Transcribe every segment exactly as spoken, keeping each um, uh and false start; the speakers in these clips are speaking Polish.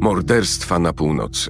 Morderstwa na północy.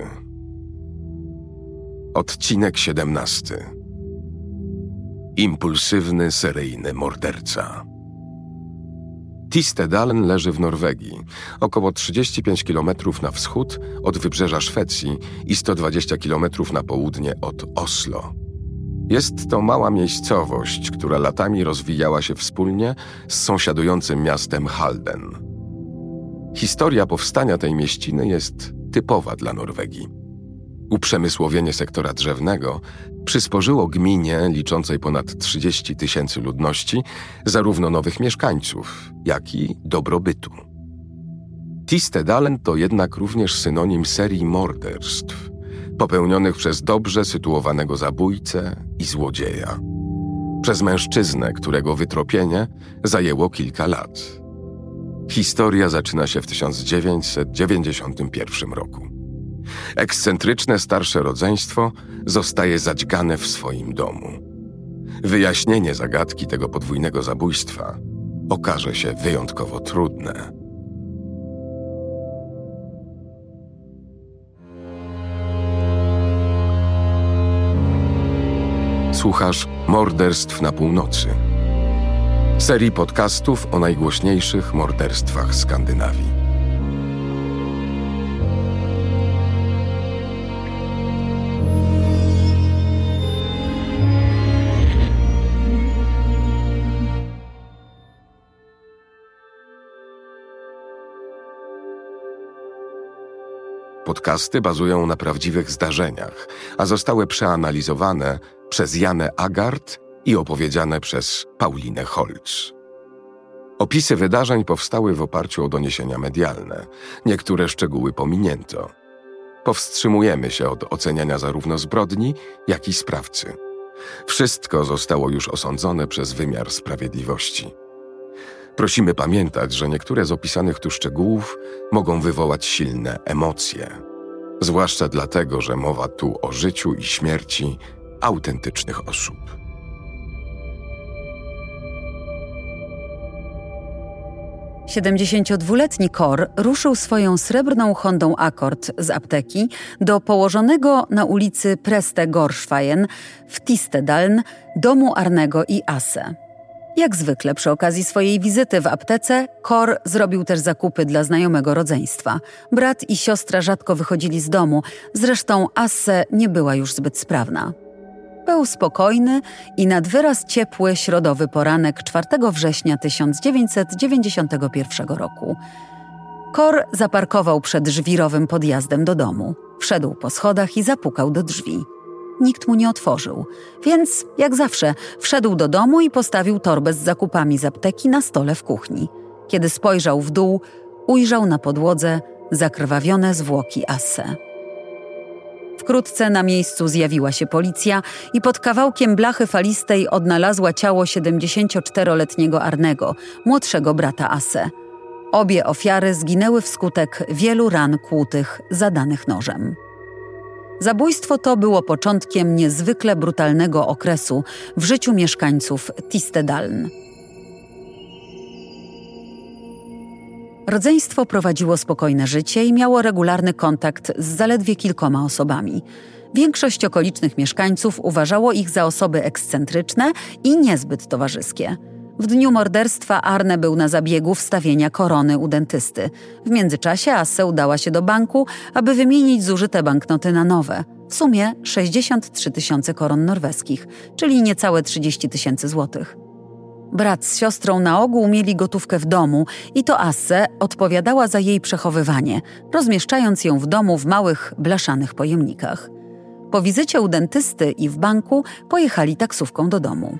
Odcinek siedemnasty. Impulsywny, seryjny morderca. Tistedalen leży w Norwegii, około trzydzieści pięć kilometrów na wschód od wybrzeża Szwecji i sto dwadzieścia kilometrów na południe od Oslo. Jest to mała miejscowość, która latami rozwijała się wspólnie z sąsiadującym miastem Halden. Historia powstania tej mieściny jest typowa dla Norwegii. Uprzemysłowienie sektora drzewnego przysporzyło gminie liczącej ponad trzydzieści tysięcy ludności zarówno nowych mieszkańców, jak i dobrobytu. Tistedalen to jednak również synonim serii morderstw popełnionych przez dobrze sytuowanego zabójcę i złodzieja. Przez mężczyznę, którego wytropienie zajęło kilka lat. Historia zaczyna się w tysiąc dziewięćset dziewięćdziesiątym pierwszym roku. Ekscentryczne starsze rodzeństwo zostaje zadźgane w swoim domu. Wyjaśnienie zagadki tego podwójnego zabójstwa okaże się wyjątkowo trudne. Słuchasz Morderstw na północy. Serii podcastów o najgłośniejszych morderstwach Skandynawii. Podcasty bazują na prawdziwych zdarzeniach, a zostały przeanalizowane przez Janę Agard i opowiedziane przez Paulinę Holz. Opisy wydarzeń powstały w oparciu o doniesienia medialne. Niektóre szczegóły pominięto. Powstrzymujemy się od oceniania zarówno zbrodni, jak i sprawcy. Wszystko zostało już osądzone przez wymiar sprawiedliwości. Prosimy pamiętać, że niektóre z opisanych tu szczegółów mogą wywołać silne emocje. Zwłaszcza dlatego, że mowa tu o życiu i śmierci autentycznych osób. siedemdziesięciodwuletni Kor ruszył swoją srebrną Hondą Accord z apteki do położonego na ulicy Preste Gårdsveien w Tistedalen domu Arnego i Asse. Jak zwykle przy okazji swojej wizyty w aptece, Kor zrobił też zakupy dla znajomego rodzeństwa. Brat i siostra rzadko wychodzili z domu, zresztą Asse nie była już zbyt sprawna. Był spokojny i nad wyraz ciepły środowy poranek czwartego września tysiąc dziewięćset dziewięćdziesiątego pierwszego roku. Kor zaparkował przed żwirowym podjazdem do domu. Wszedł po schodach i zapukał do drzwi. Nikt mu nie otworzył, więc, jak zawsze, wszedł do domu i postawił torbę z zakupami z apteki na stole w kuchni. Kiedy spojrzał w dół, ujrzał na podłodze zakrwawione zwłoki Asse. Wkrótce na miejscu zjawiła się policja i pod kawałkiem blachy falistej odnalazła ciało siedemdziesięcioczteroletniego Arnego, młodszego brata Asse. Obie ofiary zginęły wskutek wielu ran kłutych zadanych nożem. Zabójstwo to było początkiem niezwykle brutalnego okresu w życiu mieszkańców Tistedalen. Rodzeństwo prowadziło spokojne życie i miało regularny kontakt z zaledwie kilkoma osobami. Większość okolicznych mieszkańców uważało ich za osoby ekscentryczne i niezbyt towarzyskie. W dniu morderstwa Arne był na zabiegu wstawienia korony u dentysty. W międzyczasie Asse udała się do banku, aby wymienić zużyte banknoty na nowe. W sumie sześćdziesiąt trzy tysiące koron norweskich, czyli niecałe trzydzieści tysięcy złotych. Brat z siostrą na ogół mieli gotówkę w domu i to Asse odpowiadała za jej przechowywanie, rozmieszczając ją w domu w małych, blaszanych pojemnikach. Po wizycie u dentysty i w banku pojechali taksówką do domu.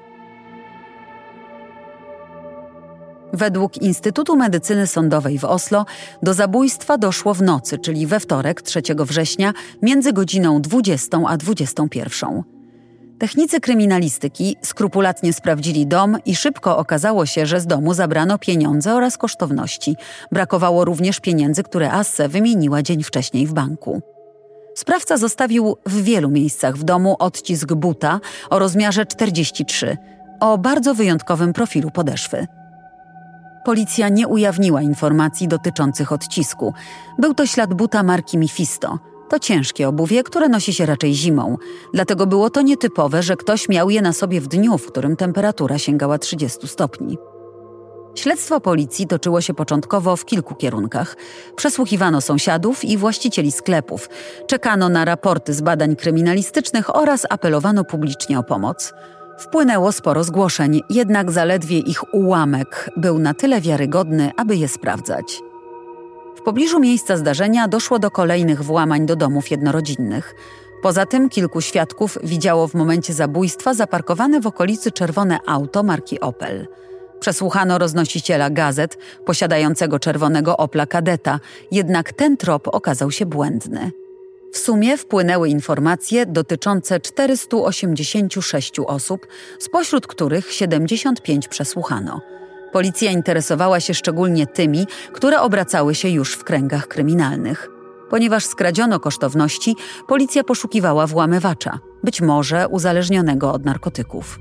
Według Instytutu Medycyny Sądowej w Oslo do zabójstwa doszło w nocy, czyli we wtorek, trzeciego września, między godziną dwudziestą a dwudziestą pierwszą. Technicy kryminalistyki skrupulatnie sprawdzili dom i szybko okazało się, że z domu zabrano pieniądze oraz kosztowności. Brakowało również pieniędzy, które Asse wymieniła dzień wcześniej w banku. Sprawca zostawił w wielu miejscach w domu odcisk buta o rozmiarze czterdzieści trzy, o bardzo wyjątkowym profilu podeszwy. policja nie ujawniła informacji dotyczących odcisku. Był to ślad buta marki Mephisto. To ciężkie obuwie, które nosi się raczej zimą. Dlatego było to nietypowe, że ktoś miał je na sobie w dniu, w którym temperatura sięgała trzydziestu stopni. Śledztwo policji toczyło się początkowo w kilku kierunkach. Przesłuchiwano sąsiadów i właścicieli sklepów. Czekano na raporty z badań kryminalistycznych oraz apelowano publicznie o pomoc. Wpłynęło sporo zgłoszeń, jednak zaledwie ich ułamek był na tyle wiarygodny, aby je sprawdzać. W pobliżu miejsca zdarzenia doszło do kolejnych włamań do domów jednorodzinnych. Poza tym kilku świadków widziało w momencie zabójstwa zaparkowane w okolicy czerwone auto marki Opel. Przesłuchano roznosiciela gazet posiadającego czerwonego Opla Kadeta, jednak ten trop okazał się błędny. W sumie wpłynęły informacje dotyczące czterystu osiemdziesięciu sześciu osób, spośród których siedemdziesiąt pięć przesłuchano. Policja interesowała się szczególnie tymi, które obracały się już w kręgach kryminalnych. Ponieważ skradziono kosztowności, policja poszukiwała włamywacza, być może uzależnionego od narkotyków.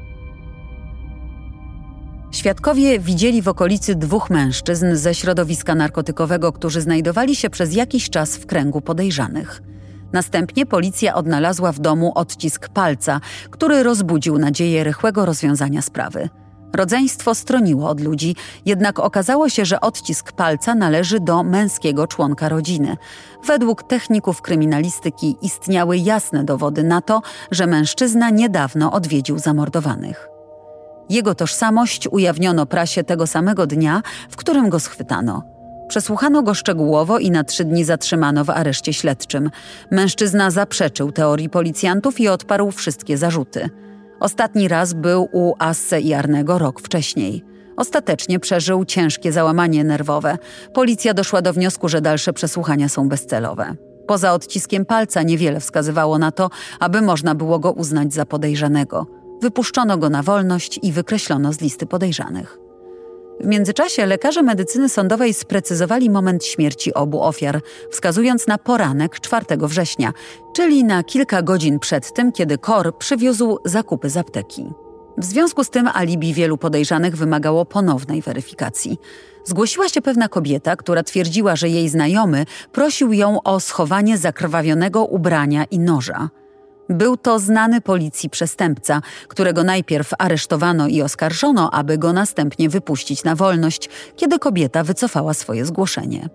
Świadkowie widzieli w okolicy dwóch mężczyzn ze środowiska narkotykowego, którzy znajdowali się przez jakiś czas w kręgu podejrzanych. Następnie policja odnalazła w domu odcisk palca, który rozbudził nadzieję rychłego rozwiązania sprawy. Rodzeństwo stroniło od ludzi, jednak okazało się, że odcisk palca należy do męskiego członka rodziny. Według techników kryminalistyki istniały jasne dowody na to, że mężczyzna niedawno odwiedził zamordowanych. Jego tożsamość ujawniono prasie tego samego dnia, w którym go schwytano. Przesłuchano go szczegółowo i na trzy dni zatrzymano w areszcie śledczym. Mężczyzna zaprzeczył teorii policjantów i odparł wszystkie zarzuty. Ostatni raz był u Assy i Arnego rok wcześniej. Ostatecznie przeżył ciężkie załamanie nerwowe. Policja doszła do wniosku, że dalsze przesłuchania są bezcelowe. Poza odciskiem palca niewiele wskazywało na to, aby można było go uznać za podejrzanego. Wypuszczono go na wolność i wykreślono z listy podejrzanych. W międzyczasie lekarze medycyny sądowej sprecyzowali moment śmierci obu ofiar, wskazując na poranek czwartego września, czyli na kilka godzin przed tym, kiedy Kor przywiózł zakupy z apteki. W związku z tym alibi wielu podejrzanych wymagało ponownej weryfikacji. Zgłosiła się pewna kobieta, która twierdziła, że jej znajomy prosił ją o schowanie zakrwawionego ubrania i noża. Był to znany policji przestępca, którego najpierw aresztowano i oskarżono, aby go następnie wypuścić na wolność, kiedy kobieta wycofała swoje zgłoszenie.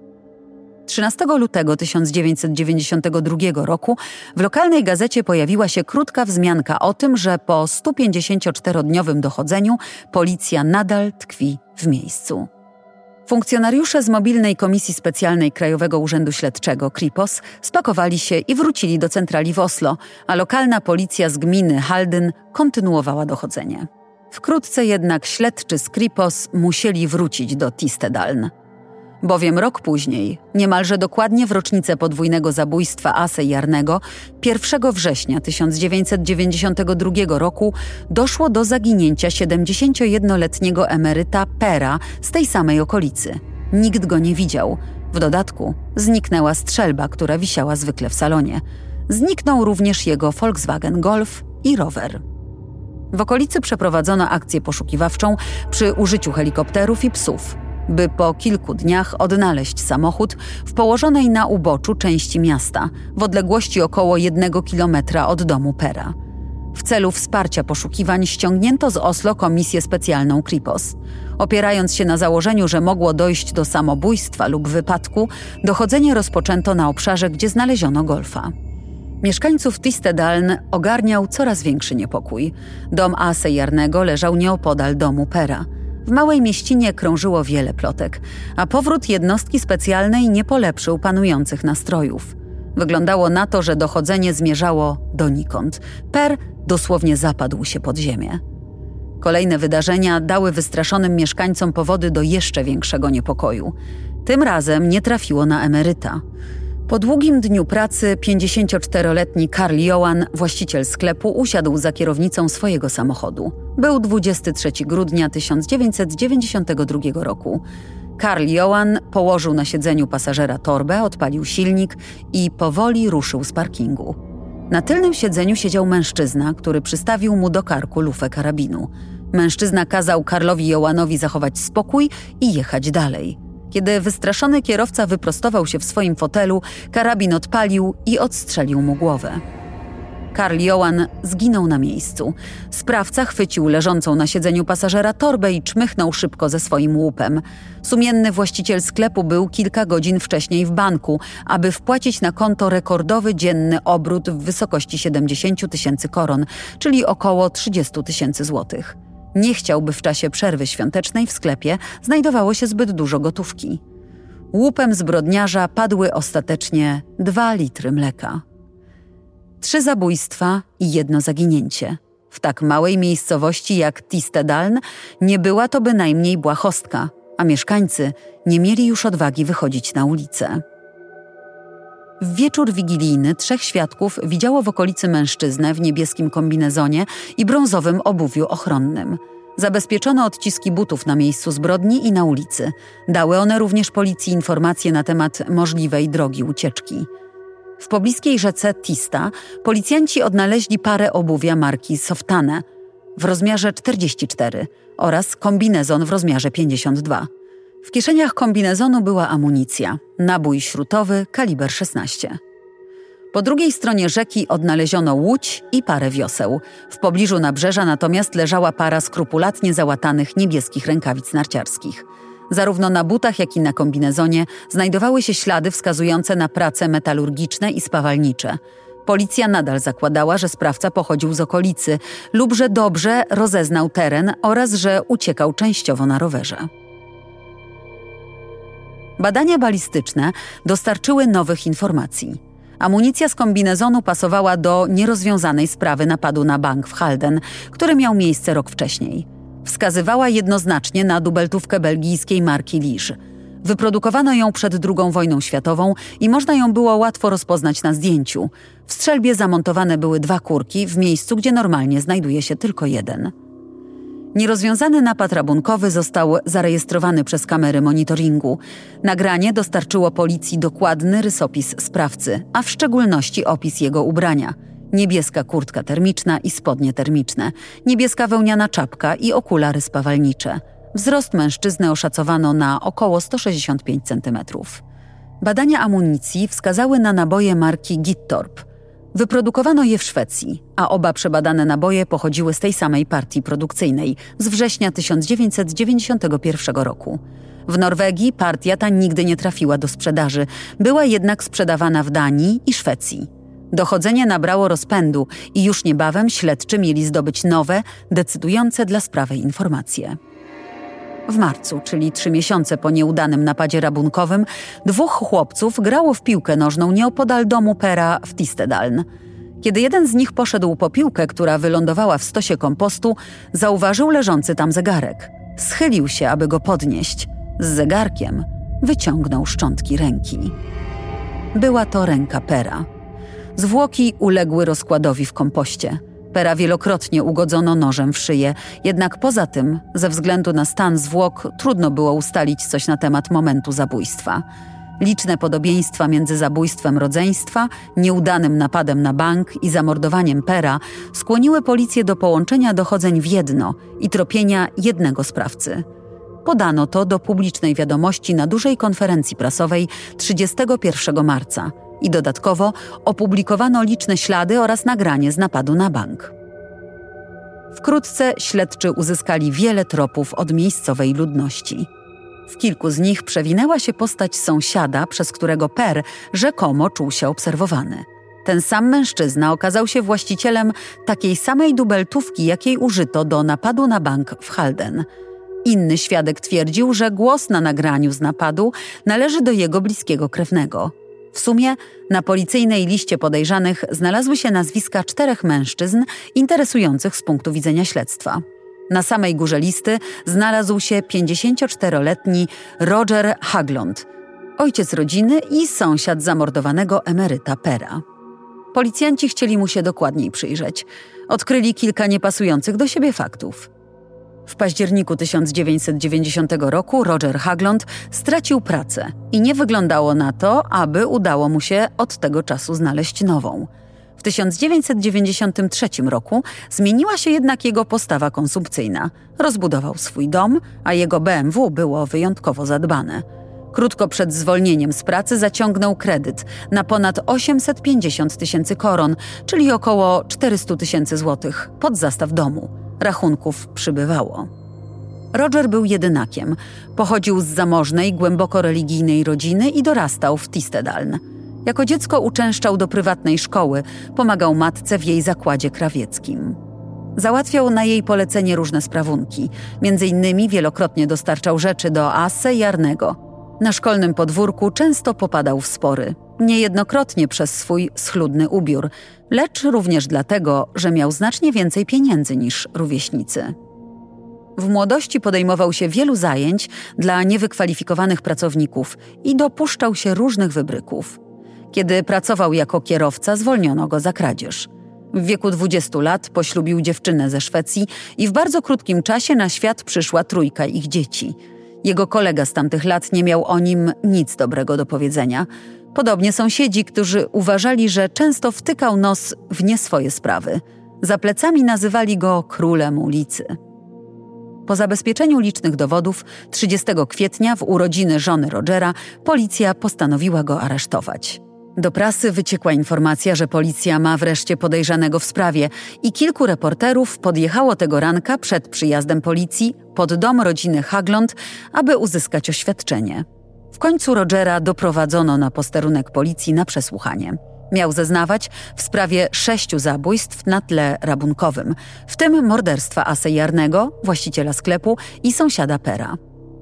trzynastego lutego tysiąc dziewięćset dziewięćdziesiątego drugiego roku w lokalnej gazecie pojawiła się krótka wzmianka o tym, że po stu pięćdziesięcioczterodniowym dochodzeniu policja nadal tkwi w miejscu. Funkcjonariusze z mobilnej Komisji Specjalnej Krajowego Urzędu Śledczego Kripos spakowali się i wrócili do centrali w Oslo, a lokalna policja z gminy Halden kontynuowała dochodzenie. Wkrótce jednak śledczy z Kripos musieli wrócić do Tistedaln. Bowiem rok później, niemalże dokładnie w rocznicę podwójnego zabójstwa Assy i Arnego, pierwszego września tysiąc dziewięćset dziewięćdziesiątego drugiego roku doszło do zaginięcia siedemdziesięciojednoletniego emeryta Pera z tej samej okolicy. Nikt go nie widział. W dodatku zniknęła strzelba, która wisiała zwykle w salonie. Zniknął również jego Volkswagen Golf i rower. W okolicy przeprowadzono akcję poszukiwawczą przy użyciu helikopterów i psów, by po kilku dniach odnaleźć samochód w położonej na uboczu części miasta, w odległości około jednego kilometra od domu Pera. W celu wsparcia poszukiwań ściągnięto z Oslo komisję specjalną Kripos. Opierając się na założeniu, że mogło dojść do samobójstwa lub wypadku, dochodzenie rozpoczęto na obszarze, gdzie znaleziono golfa. Mieszkańców Tistedaln ogarniał coraz większy niepokój. Dom Assy i Arnego leżał nieopodal domu Pera. W małej mieścinie krążyło wiele plotek, a powrót jednostki specjalnej nie polepszył panujących nastrojów. Wyglądało na to, że dochodzenie zmierzało donikąd. Per dosłownie zapadł się pod ziemię. Kolejne wydarzenia dały wystraszonym mieszkańcom powody do jeszcze większego niepokoju. Tym razem nie trafiło na emeryta. Po długim dniu pracy pięćdziesięcioczteroletni Karl Johan, właściciel sklepu, usiadł za kierownicą swojego samochodu. Był dwudziestego trzeciego grudnia tysiąc dziewięćset dziewięćdziesiątego drugiego roku. Karl Johan położył na siedzeniu pasażera torbę, odpalił silnik i powoli ruszył z parkingu. Na tylnym siedzeniu siedział mężczyzna, który przystawił mu do karku lufę karabinu. Mężczyzna kazał Karlowi Johannowi zachować spokój i jechać dalej. Kiedy wystraszony kierowca wyprostował się w swoim fotelu, karabin odpalił i odstrzelił mu głowę. Karl Johann zginął na miejscu. Sprawca chwycił leżącą na siedzeniu pasażera torbę i czmychnął szybko ze swoim łupem. Sumienny właściciel sklepu był kilka godzin wcześniej w banku, aby wpłacić na konto rekordowy dzienny obrót w wysokości siedemdziesiąt tysięcy koron, czyli około trzydzieści tysięcy złotych. Nie chciał, by w czasie przerwy świątecznej w sklepie znajdowało się zbyt dużo gotówki. Łupem zbrodniarza padły ostatecznie dwa litry mleka. Trzy zabójstwa i jedno zaginięcie. W tak małej miejscowości jak Tistedaln nie była to bynajmniej błahostka, a mieszkańcy nie mieli już odwagi wychodzić na ulicę. W wieczór wigilijny trzech świadków widziało w okolicy mężczyznę w niebieskim kombinezonie i brązowym obuwiu ochronnym. Zabezpieczono odciski butów na miejscu zbrodni i na ulicy. Dały one również policji informacje na temat możliwej drogi ucieczki. W pobliskiej rzece Tista policjanci odnaleźli parę obuwia marki Softane w rozmiarze czterdzieści cztery oraz kombinezon w rozmiarze pięćdziesiąt dwa. W kieszeniach kombinezonu była amunicja, nabój śrutowy kaliber szesnaście. Po drugiej stronie rzeki odnaleziono łódź i parę wioseł. W pobliżu nabrzeża natomiast leżała para skrupulatnie załatanych niebieskich rękawic narciarskich. Zarówno na butach, jak i na kombinezonie znajdowały się ślady wskazujące na prace metalurgiczne i spawalnicze. Policja nadal zakładała, że sprawca pochodził z okolicy lub że dobrze rozeznał teren oraz że uciekał częściowo na rowerze. Badania balistyczne dostarczyły nowych informacji. Amunicja z kombinezonu pasowała do nierozwiązanej sprawy napadu na bank w Halden, który miał miejsce rok wcześniej. Wskazywała jednoznacznie na dubeltówkę belgijskiej marki Liege. Wyprodukowano ją przed drugą wojną światową i można ją było łatwo rozpoznać na zdjęciu. W strzelbie zamontowane były dwa kurki w miejscu, gdzie normalnie znajduje się tylko jeden. Nierozwiązany napad rabunkowy został zarejestrowany przez kamery monitoringu. Nagranie dostarczyło policji dokładny rysopis sprawcy, a w szczególności opis jego ubrania. Niebieska kurtka termiczna i spodnie termiczne, niebieska wełniana czapka i okulary spawalnicze. Wzrost mężczyzny oszacowano na około sto sześćdziesiąt pięć centymetrów. Badania amunicji wskazały na naboje marki Gittorp. Wyprodukowano je w Szwecji, a oba przebadane naboje pochodziły z tej samej partii produkcyjnej z września tysiąc dziewięćset dziewięćdziesiątego pierwszego roku. W Norwegii partia ta nigdy nie trafiła do sprzedaży, była jednak sprzedawana w Danii i Szwecji. Dochodzenie nabrało rozpędu i już niebawem śledczy mieli zdobyć nowe, decydujące dla sprawy informacje. W marcu, czyli trzy miesiące po nieudanym napadzie rabunkowym, dwóch chłopców grało w piłkę nożną nieopodal domu Pera w Tistedaln. Kiedy jeden z nich poszedł po piłkę, która wylądowała w stosie kompostu, zauważył leżący tam zegarek. Schylił się, aby go podnieść. Z zegarkiem wyciągnął szczątki ręki. Była to ręka Pera. Zwłoki uległy rozkładowi w kompoście. Pera wielokrotnie ugodzono nożem w szyję, jednak poza tym, ze względu na stan zwłok, trudno było ustalić coś na temat momentu zabójstwa. Liczne podobieństwa między zabójstwem rodzeństwa, nieudanym napadem na bank i zamordowaniem Pera skłoniły policję do połączenia dochodzeń w jedno i tropienia jednego sprawcy. Podano to do publicznej wiadomości na dużej konferencji prasowej trzydziestego pierwszego marca i dodatkowo opublikowano liczne ślady oraz nagranie z napadu na bank. Wkrótce śledczy uzyskali wiele tropów od miejscowej ludności. W kilku z nich przewinęła się postać sąsiada, przez którego Per rzekomo czuł się obserwowany. Ten sam mężczyzna okazał się właścicielem takiej samej dubeltówki, jakiej użyto do napadu na bank w Halden. Inny świadek twierdził, że głos na nagraniu z napadu należy do jego bliskiego krewnego. W sumie na policyjnej liście podejrzanych znalazły się nazwiska czterech mężczyzn interesujących z punktu widzenia śledztwa. Na samej górze listy znalazł się pięćdziesięcioczteroletni Roger Haglund, ojciec rodziny i sąsiad zamordowanego emeryta Pera. Policjanci chcieli mu się dokładniej przyjrzeć. Odkryli kilka niepasujących do siebie faktów. W październiku tysiąc dziewięćset dziewięćdziesiątego roku Roger Haglund stracił pracę i nie wyglądało na to, aby udało mu się od tego czasu znaleźć nową. W tysiąc dziewięćset dziewięćdziesiątym trzecim roku zmieniła się jednak jego postawa konsumpcyjna. Rozbudował swój dom, a jego B M W było wyjątkowo zadbane. Krótko przed zwolnieniem z pracy zaciągnął kredyt na ponad osiemset pięćdziesiąt tysięcy koron, czyli około czterysta tysięcy złotych, pod zastaw domu. Rachunków przybywało. Roger był jedynakiem. Pochodził z zamożnej, głęboko religijnej rodziny i dorastał w Tistedaln. Jako dziecko uczęszczał do prywatnej szkoły, pomagał matce w jej zakładzie krawieckim. Załatwiał na jej polecenie różne sprawunki. Między innymi wielokrotnie dostarczał rzeczy do Asse i Arnego. Na szkolnym podwórku często popadał w spory. Niejednokrotnie przez swój schludny ubiór, lecz również dlatego, że miał znacznie więcej pieniędzy niż rówieśnicy. W młodości podejmował się wielu zajęć dla niewykwalifikowanych pracowników i dopuszczał się różnych wybryków. Kiedy pracował jako kierowca, zwolniono go za kradzież. W wieku dwudziestu lat poślubił dziewczynę ze Szwecji i w bardzo krótkim czasie na świat przyszła trójka ich dzieci. Jego kolega z tamtych lat nie miał o nim nic dobrego do powiedzenia. Podobnie sąsiedzi, którzy uważali, że często wtykał nos w nie swoje sprawy. Za plecami nazywali go królem ulicy. Po zabezpieczeniu licznych dowodów, trzydziestego kwietnia w urodziny żony Rogera, policja postanowiła go aresztować. Do prasy wyciekła informacja, że policja ma wreszcie podejrzanego w sprawie i kilku reporterów podjechało tego ranka przed przyjazdem policji pod dom rodziny Haglund, aby uzyskać oświadczenie. W końcu Rogera doprowadzono na posterunek policji na przesłuchanie. Miał zeznawać w sprawie sześciu zabójstw na tle rabunkowym, w tym morderstwa Asse Jarnego, właściciela sklepu i sąsiada Pera.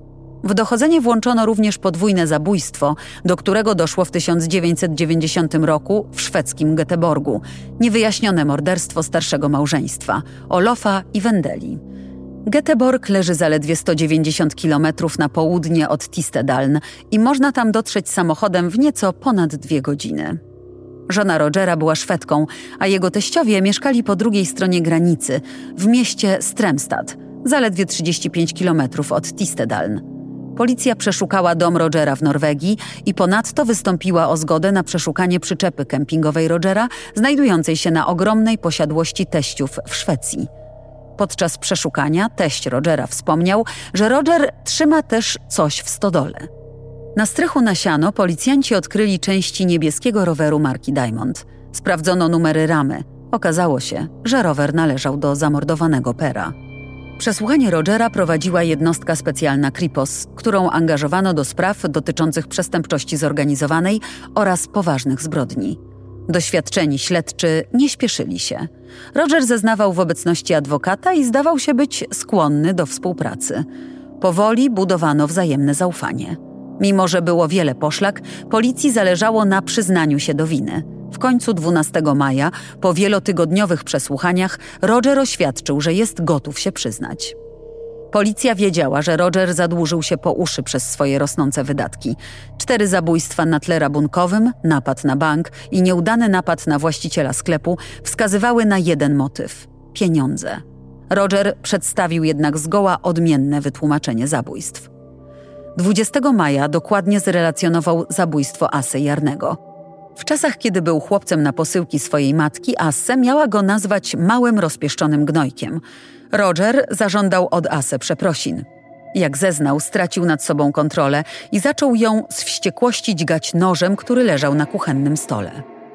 W dochodzenie włączono również podwójne zabójstwo, do którego doszło w tysiąc dziewięćset dziewięćdziesiątym roku w szwedzkim Göteborgu, niewyjaśnione morderstwo starszego małżeństwa, Olofa i Wendeli. Göteborg leży zaledwie sto dziewięćdziesiąt kilometrów na południe od Tistedaln i można tam dotrzeć samochodem w nieco ponad dwie godziny. Żona Rogera była Szwedką, a jego teściowie mieszkali po drugiej stronie granicy, w mieście Strömstad, zaledwie trzydzieści pięć kilometrów od Tistedaln. Policja przeszukała dom Rogera w Norwegii i ponadto wystąpiła o zgodę na przeszukanie przyczepy kempingowej Rogera, znajdującej się na ogromnej posiadłości teściów w Szwecji. Podczas przeszukania teść Rogera wspomniał, że Roger trzyma też coś w stodole. Na strychu na siano policjanci odkryli części niebieskiego roweru marki Diamond. Sprawdzono numery ramy. Okazało się, że rower należał do zamordowanego Pera. Przesłuchanie Rogera prowadziła jednostka specjalna Kripos, którą angażowano do spraw dotyczących przestępczości zorganizowanej oraz poważnych zbrodni. Doświadczeni śledczy nie śpieszyli się. Roger zeznawał w obecności adwokata i zdawał się być skłonny do współpracy. Powoli budowano wzajemne zaufanie. Mimo że było wiele poszlak, policji zależało na przyznaniu się do winy. W końcu dwunastego maja, po wielotygodniowych przesłuchaniach, Roger oświadczył, że jest gotów się przyznać. Policja wiedziała, że Roger zadłużył się po uszy przez swoje rosnące wydatki. Cztery zabójstwa na tle rabunkowym, napad na bank i nieudany napad na właściciela sklepu wskazywały na jeden motyw – pieniądze. Roger przedstawił jednak zgoła odmienne wytłumaczenie zabójstw. dwudziestego maja dokładnie zrelacjonował zabójstwo Asse Jarnego. W czasach, kiedy był chłopcem na posyłki swojej matki, Asse miała go nazwać małym, rozpieszczonym gnojkiem. Roger zażądał od Asse przeprosin. Jak zeznał, stracił nad sobą kontrolę i zaczął ją z wściekłości dźgać nożem, który leżał na kuchennym stole.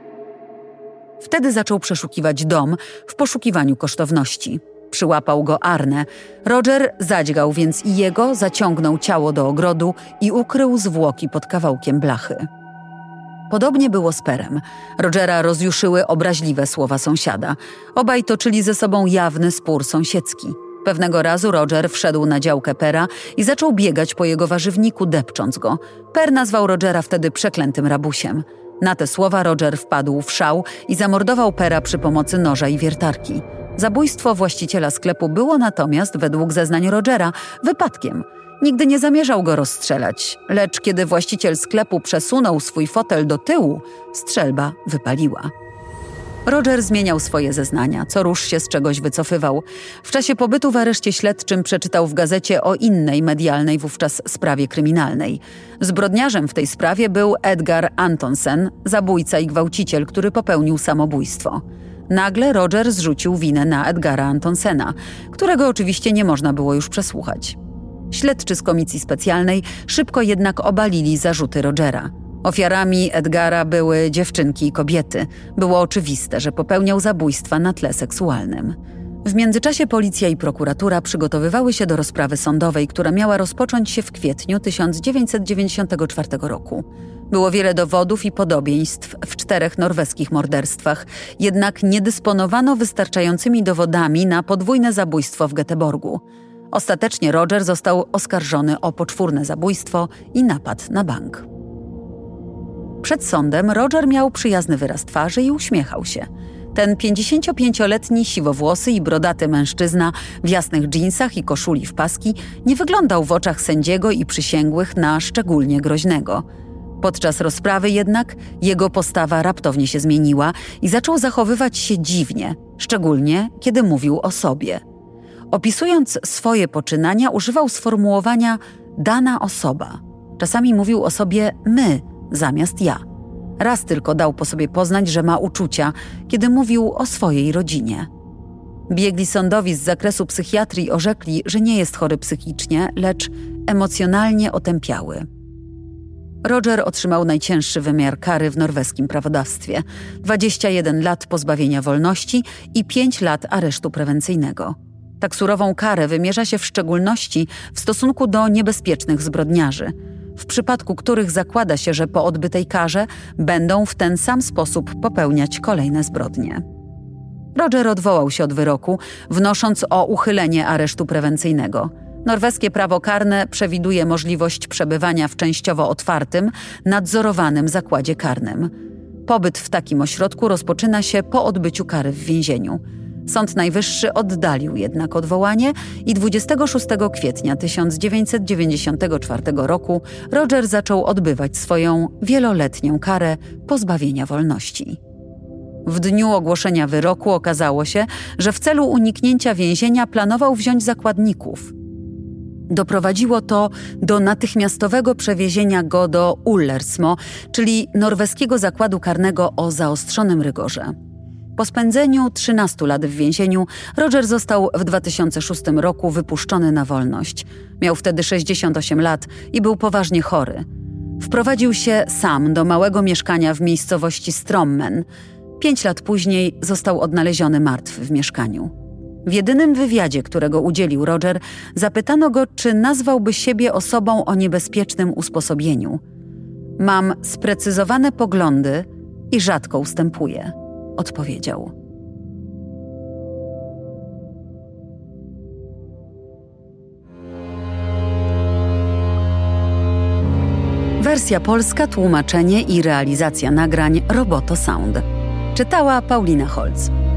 Wtedy zaczął przeszukiwać dom w poszukiwaniu kosztowności. Przyłapał go Arne. Roger zadźgał więc i jego, zaciągnął ciało do ogrodu i ukrył zwłoki pod kawałkiem blachy. Podobnie było z Perem. Rogera rozjuszyły obraźliwe słowa sąsiada. Obaj toczyli ze sobą jawny spór sąsiedzki. Pewnego razu Roger wszedł na działkę Pera i zaczął biegać po jego warzywniku, depcząc go. Per nazwał Rogera wtedy przeklętym rabusiem. Na te słowa Roger wpadł w szał i zamordował Pera przy pomocy noża i wiertarki. Zabójstwo właściciela sklepu było natomiast, według zeznań Rogera, wypadkiem. Nigdy nie zamierzał go rozstrzelać, lecz kiedy właściciel sklepu przesunął swój fotel do tyłu, strzelba wypaliła. Roger zmieniał swoje zeznania, co rusz się z czegoś wycofywał. W czasie pobytu w areszcie śledczym przeczytał w gazecie o innej medialnej wówczas sprawie kryminalnej. Zbrodniarzem w tej sprawie był Edgar Antonsen, zabójca i gwałciciel, który popełnił samobójstwo. Nagle Roger zrzucił winę na Edgara Antonsena, którego oczywiście nie można było już przesłuchać. Śledczy z komisji specjalnej szybko jednak obalili zarzuty Rogera. Ofiarami Edgara były dziewczynki i kobiety. Było oczywiste, że popełniał zabójstwa na tle seksualnym. W międzyczasie policja i prokuratura przygotowywały się do rozprawy sądowej, która miała rozpocząć się w kwietniu tysiąc dziewięćset dziewięćdziesiątego czwartego roku. Było wiele dowodów i podobieństw w czterech norweskich morderstwach, jednak nie dysponowano wystarczającymi dowodami na podwójne zabójstwo w Göteborgu. Ostatecznie Roger został oskarżony o poczwórne zabójstwo i napad na bank. Przed sądem Roger miał przyjazny wyraz twarzy i uśmiechał się. Ten pięćdziesięciopięcioletni, siwowłosy i brodaty mężczyzna w jasnych dżinsach i koszuli w paski nie wyglądał w oczach sędziego i przysięgłych na szczególnie groźnego. Podczas rozprawy jednak jego postawa raptownie się zmieniła i zaczął zachowywać się dziwnie, szczególnie kiedy mówił o sobie. Opisując swoje poczynania, używał sformułowania dana osoba. Czasami mówił o sobie my zamiast ja. Raz tylko dał po sobie poznać, że ma uczucia, kiedy mówił o swojej rodzinie. Biegli sądowi z zakresu psychiatrii orzekli, że nie jest chory psychicznie, lecz emocjonalnie otępiały. Roger otrzymał najcięższy wymiar kary w norweskim prawodawstwie – dwadzieścia jeden lat pozbawienia wolności i pięć lat aresztu prewencyjnego. Tak surową karę wymierza się w szczególności w stosunku do niebezpiecznych zbrodniarzy, w przypadku których zakłada się, że po odbytej karze będą w ten sam sposób popełniać kolejne zbrodnie. Roger odwołał się od wyroku, wnosząc o uchylenie aresztu prewencyjnego. Norweskie prawo karne przewiduje możliwość przebywania w częściowo otwartym, nadzorowanym zakładzie karnym. Pobyt w takim ośrodku rozpoczyna się po odbyciu kary w więzieniu. Sąd Najwyższy oddalił jednak odwołanie i dwudziestego szóstego kwietnia tysiąc dziewięćset dziewięćdziesiątego czwartego roku Roger zaczął odbywać swoją wieloletnią karę pozbawienia wolności. W dniu ogłoszenia wyroku okazało się, że w celu uniknięcia więzienia planował wziąć zakładników. Doprowadziło to do natychmiastowego przewiezienia go do Ullersmo, czyli norweskiego zakładu karnego o zaostrzonym rygorze. Po spędzeniu trzynastu lat w więzieniu Roger został w dwa tysiące szóstym roku wypuszczony na wolność. Miał wtedy sześćdziesiąt osiem lat i był poważnie chory. Wprowadził się sam do małego mieszkania w miejscowości Strommen. Pięć lat później został odnaleziony martwy w mieszkaniu. W jedynym wywiadzie, którego udzielił Roger, zapytano go, czy nazwałby siebie osobą o niebezpiecznym usposobieniu. Mam sprecyzowane poglądy i rzadko ustępuję, odpowiedział. Wersja polska, tłumaczenie i realizacja nagrań Roboto Sound. Czytała Paulina Holz.